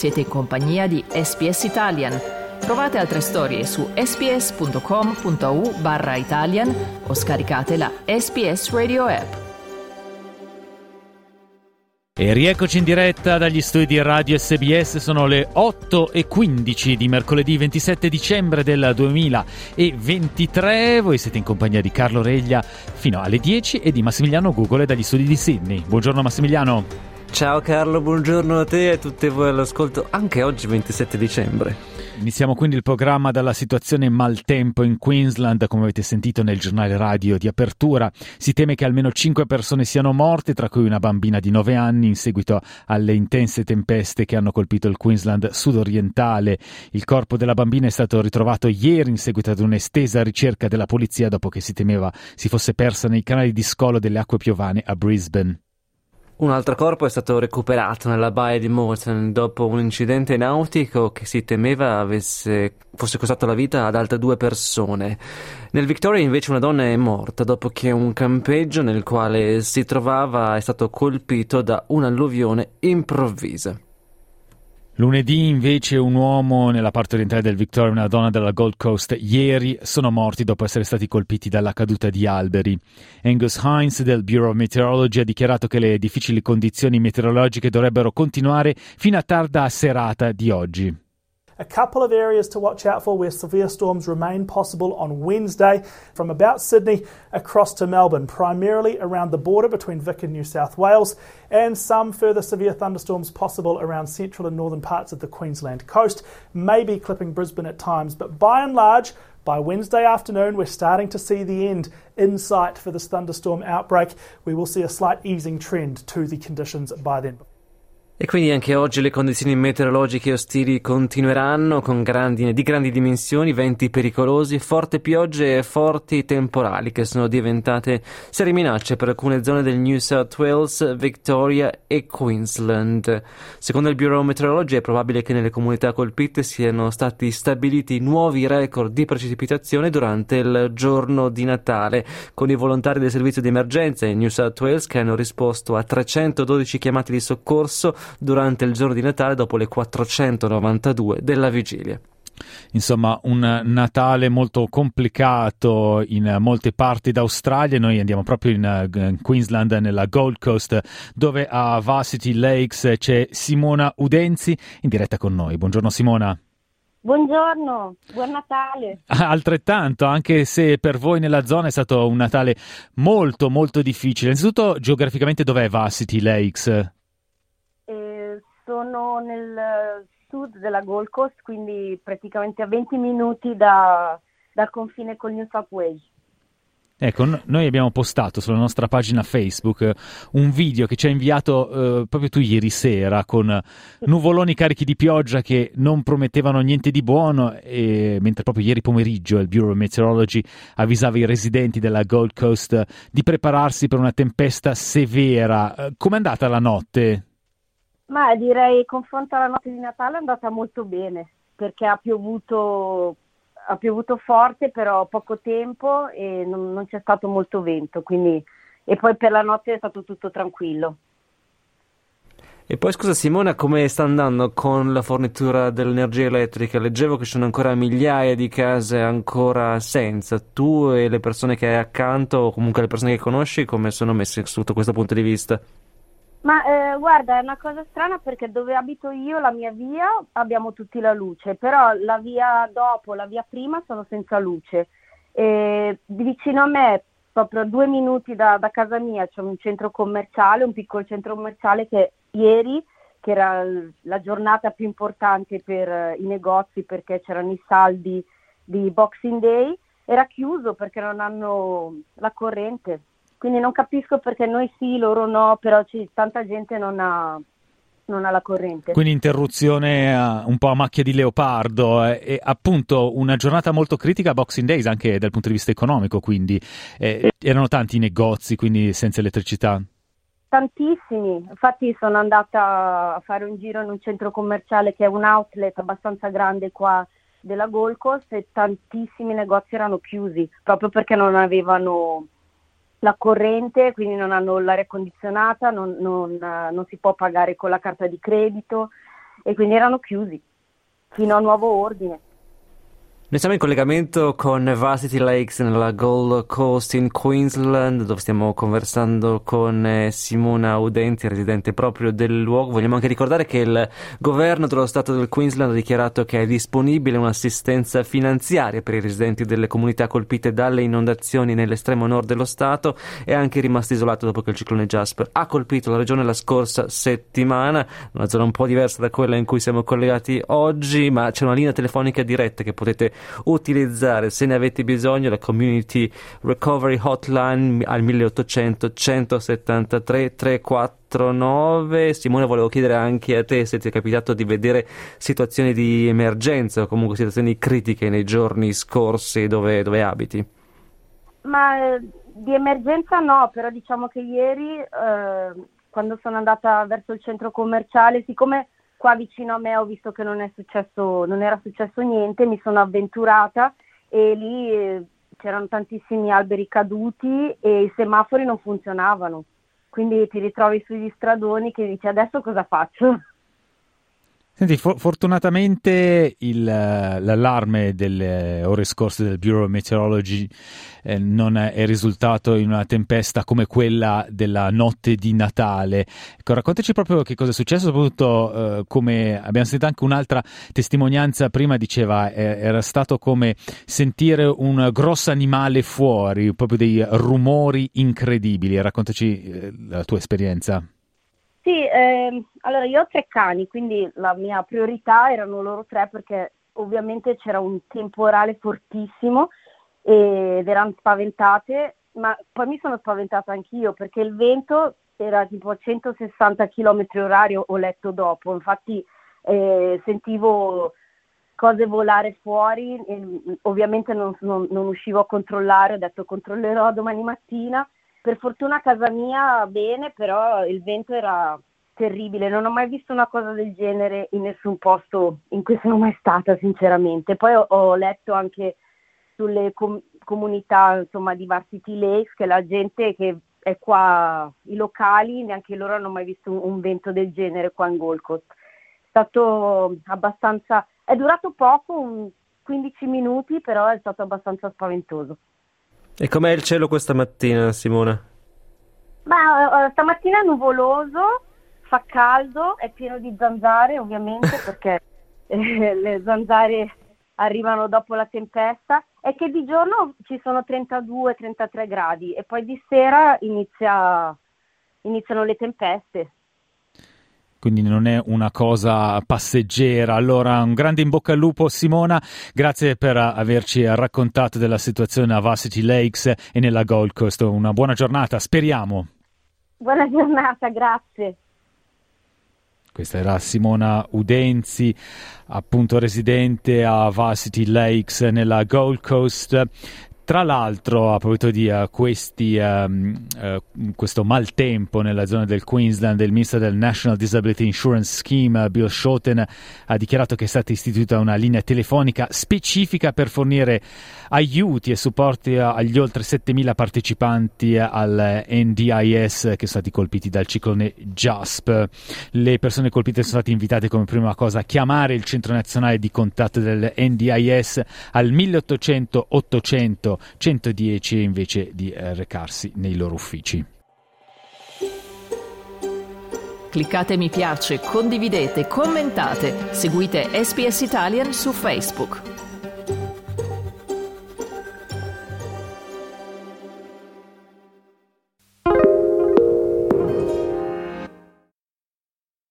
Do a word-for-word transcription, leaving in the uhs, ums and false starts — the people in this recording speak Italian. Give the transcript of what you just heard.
Siete in compagnia di S B S Italian. Trovate altre storie su sbs.com.au barra Italian o scaricate la S B S Radio app. E rieccoci in diretta dagli studi di Radio S B S, sono le otto e quindici di mercoledì ventisette dicembre del duemilaventitré. Voi siete in compagnia di Carlo Reglia fino alle dieci e di Massimiliano Gugole dagli studi di Sydney. Buongiorno Massimiliano. Ciao Carlo, buongiorno a te e a tutti voi all'ascolto, anche oggi ventisette dicembre. Iniziamo quindi il programma dalla situazione maltempo in Queensland. Come avete sentito nel giornale radio di apertura, si teme che almeno cinque persone siano morte, tra cui una bambina di nove anni, in seguito alle intense tempeste che hanno colpito il Queensland sudorientale. Il corpo della bambina è stato ritrovato ieri in seguito ad un'estesa ricerca della polizia dopo che si temeva si fosse persa nei canali di scolo delle acque piovane a Brisbane. Un altro corpo è stato recuperato nella baia di Moreton dopo un incidente nautico che si temeva avesse, fosse costato la vita ad altre due persone. Nel Victoria invece una donna è morta dopo che un campeggio nel quale si trovava è stato colpito da un'alluvione improvvisa. Lunedì invece un uomo nella parte orientale del Victoria e una donna della Gold Coast ieri sono morti dopo essere stati colpiti dalla caduta di alberi. Angus Hines del Bureau of Meteorology ha dichiarato che le difficili condizioni meteorologiche dovrebbero continuare fino a tarda serata di oggi. A couple of areas to watch out for where severe storms remain possible on Wednesday from about Sydney across to Melbourne, primarily around the border between Vic and New South Wales, and some further severe thunderstorms possible around central and northern parts of the Queensland coast, maybe clipping Brisbane at times, but by and large, by Wednesday afternoon, we're starting to see the end in sight for this thunderstorm outbreak. We will see a slight easing trend to the conditions by then. E quindi anche oggi le condizioni meteorologiche ostili continueranno con grandi, di grandi dimensioni, venti pericolosi, forti piogge e forti temporali che sono diventate serie minacce per alcune zone del New South Wales, Victoria e Queensland. Secondo il Bureau of Meteorology è probabile che nelle comunità colpite siano stati stabiliti nuovi record di precipitazione durante il giorno di Natale, con i volontari del servizio di emergenza in New South Wales che hanno risposto a trecentododici chiamate di soccorso durante il giorno di Natale dopo le quattrocentonovantadue della vigilia. Insomma, un Natale molto complicato in molte parti d'Australia. Noi andiamo proprio in, in Queensland, nella Gold Coast, dove a Varsity Lakes c'è Simona Udenzi in diretta con noi. Buongiorno Simona. Buongiorno, buon Natale. Altrettanto, anche se per voi nella zona è stato un Natale molto molto difficile. Innanzitutto, geograficamente dov'è Varsity Lakes? Sono nel sud della Gold Coast, quindi praticamente a venti minuti da, dal confine con New South Wales. Ecco, no, noi abbiamo postato sulla nostra pagina Facebook un video che ci ha inviato eh, proprio tu ieri sera, con nuvoloni carichi di pioggia che non promettevano niente di buono, e mentre proprio ieri pomeriggio il Bureau of Meteorology avvisava i residenti della Gold Coast di prepararsi per una tempesta severa. Eh, com'è andata la notte? Ma direi, confronto alla notte di Natale, è andata molto bene, perché ha piovuto, ha piovuto forte, però poco tempo e non, non c'è stato molto vento, quindi, e poi per la notte è stato tutto tranquillo. E poi scusa Simona, come sta andando con la fornitura dell'energia elettrica? Leggevo che ci sono ancora migliaia di case ancora senza. Tu e le persone che hai accanto, o comunque le persone che conosci, come sono messe sotto questo punto di vista? Ma eh, guarda, è una cosa strana perché dove abito io, la mia via, abbiamo tutti la luce, però la via dopo, la via prima sono senza luce. E vicino a me, proprio a due minuti da, da casa mia, c'è un centro commerciale, un piccolo centro commerciale che ieri, che era la giornata più importante per uh, i negozi perché c'erano i saldi di Boxing Day, era chiuso perché non hanno la corrente. Quindi non capisco perché noi sì, loro no, però c'è tanta gente non ha, non ha la corrente. Quindi interruzione uh, un po' a macchia di leopardo, eh, e appunto una giornata molto critica a Boxing Days anche dal punto di vista economico, quindi eh, erano tanti i negozi, quindi senza elettricità. Tantissimi, infatti sono andata a fare un giro in un centro commerciale che è un outlet abbastanza grande qua della Gold Coast e tantissimi negozi erano chiusi proprio perché non avevano la corrente, quindi non hanno l'aria condizionata, non, non, non si può pagare con la carta di credito e quindi erano chiusi fino a nuovo ordine. Noi siamo in collegamento con Varsity Lakes nella Gold Coast in Queensland, dove stiamo conversando con eh, Simona Udenti, residente proprio del luogo. Vogliamo anche ricordare che il governo dello Stato del Queensland ha dichiarato che è disponibile un'assistenza finanziaria per i residenti delle comunità colpite dalle inondazioni nell'estremo nord dello Stato. È anche rimasto isolato dopo che il ciclone Jasper ha colpito la regione la scorsa settimana, una zona un po' diversa da quella in cui siamo collegati oggi, ma c'è una linea telefonica diretta che potete utilizzare se ne avete bisogno, la Community Recovery Hotline al milleottocento centosettantatré trecentoquarantanove. Simone, volevo chiedere anche a te se ti è capitato di vedere situazioni di emergenza o comunque situazioni critiche nei giorni scorsi dove, dove abiti. Ma eh, di emergenza no, però diciamo che ieri eh, quando sono andata verso il centro commerciale, siccome qua vicino a me ho visto che non è successo, non era successo niente, mi sono avventurata e lì eh, c'erano tantissimi alberi caduti e i semafori non funzionavano, quindi ti ritrovi sugli stradoni che dici adesso cosa faccio? Senti, for- fortunatamente il, l'allarme delle ore scorse del Bureau of Meteorology eh, non è, è risultato in una tempesta come quella della notte di Natale. Ecco, raccontaci proprio che cosa è successo, soprattutto eh, come abbiamo sentito anche un'altra testimonianza prima, diceva eh, era stato come sentire un grosso animale fuori, proprio dei rumori incredibili. Raccontaci eh, la tua esperienza. Sì, ehm, allora io ho tre cani, quindi la mia priorità erano loro tre perché ovviamente c'era un temporale fortissimo ed erano spaventate, ma poi mi sono spaventata anch'io perché il vento era tipo a centosessanta chilometri orari, ho letto dopo, infatti eh, sentivo cose volare fuori, e ovviamente non, non, non uscivo a controllare, ho detto controllerò domani mattina. Per fortuna a casa mia bene, però il vento era terribile, non ho mai visto una cosa del genere in nessun posto in cui sono mai stata sinceramente. Poi ho, ho letto anche sulle com- comunità insomma di Varsity Lakes che la gente che è qua, i locali, neanche loro hanno mai visto un, un vento del genere qua in Gold Coast. È stato abbastanza, è durato poco, un quindici minuti, però è stato abbastanza spaventoso. E com'è il cielo questa mattina, Simona? Ma uh, stamattina è nuvoloso, fa caldo, è pieno di zanzare ovviamente perché eh, le zanzare arrivano dopo la tempesta, e che di giorno ci sono trentadue trentatré gradi e poi di sera inizia, iniziano le tempeste. Quindi non è una cosa passeggera. Allora un grande in bocca al lupo, Simona, grazie per averci raccontato della situazione a Varsity Lakes e nella Gold Coast. Una buona giornata, speriamo. Buona giornata, grazie. Questa era Simona Udenzi, appunto residente a Varsity Lakes nella Gold Coast. Tra l'altro, a proposito di uh, questi, um, uh, questo maltempo nella zona del Queensland, il ministro del National Disability Insurance Scheme, Bill Shorten, ha dichiarato che è stata istituita una linea telefonica specifica per fornire aiuti e supporti agli oltre settemila partecipanti al N D I S che sono stati colpiti dal ciclone Jasper. Le persone colpite sono state invitate come prima cosa a chiamare il centro nazionale di contatto del N D I S al milleottocento ottocento centodieci invece di eh, recarsi nei loro uffici. Cliccate mi piace, condividete, commentate, seguite S B S Italian su Facebook.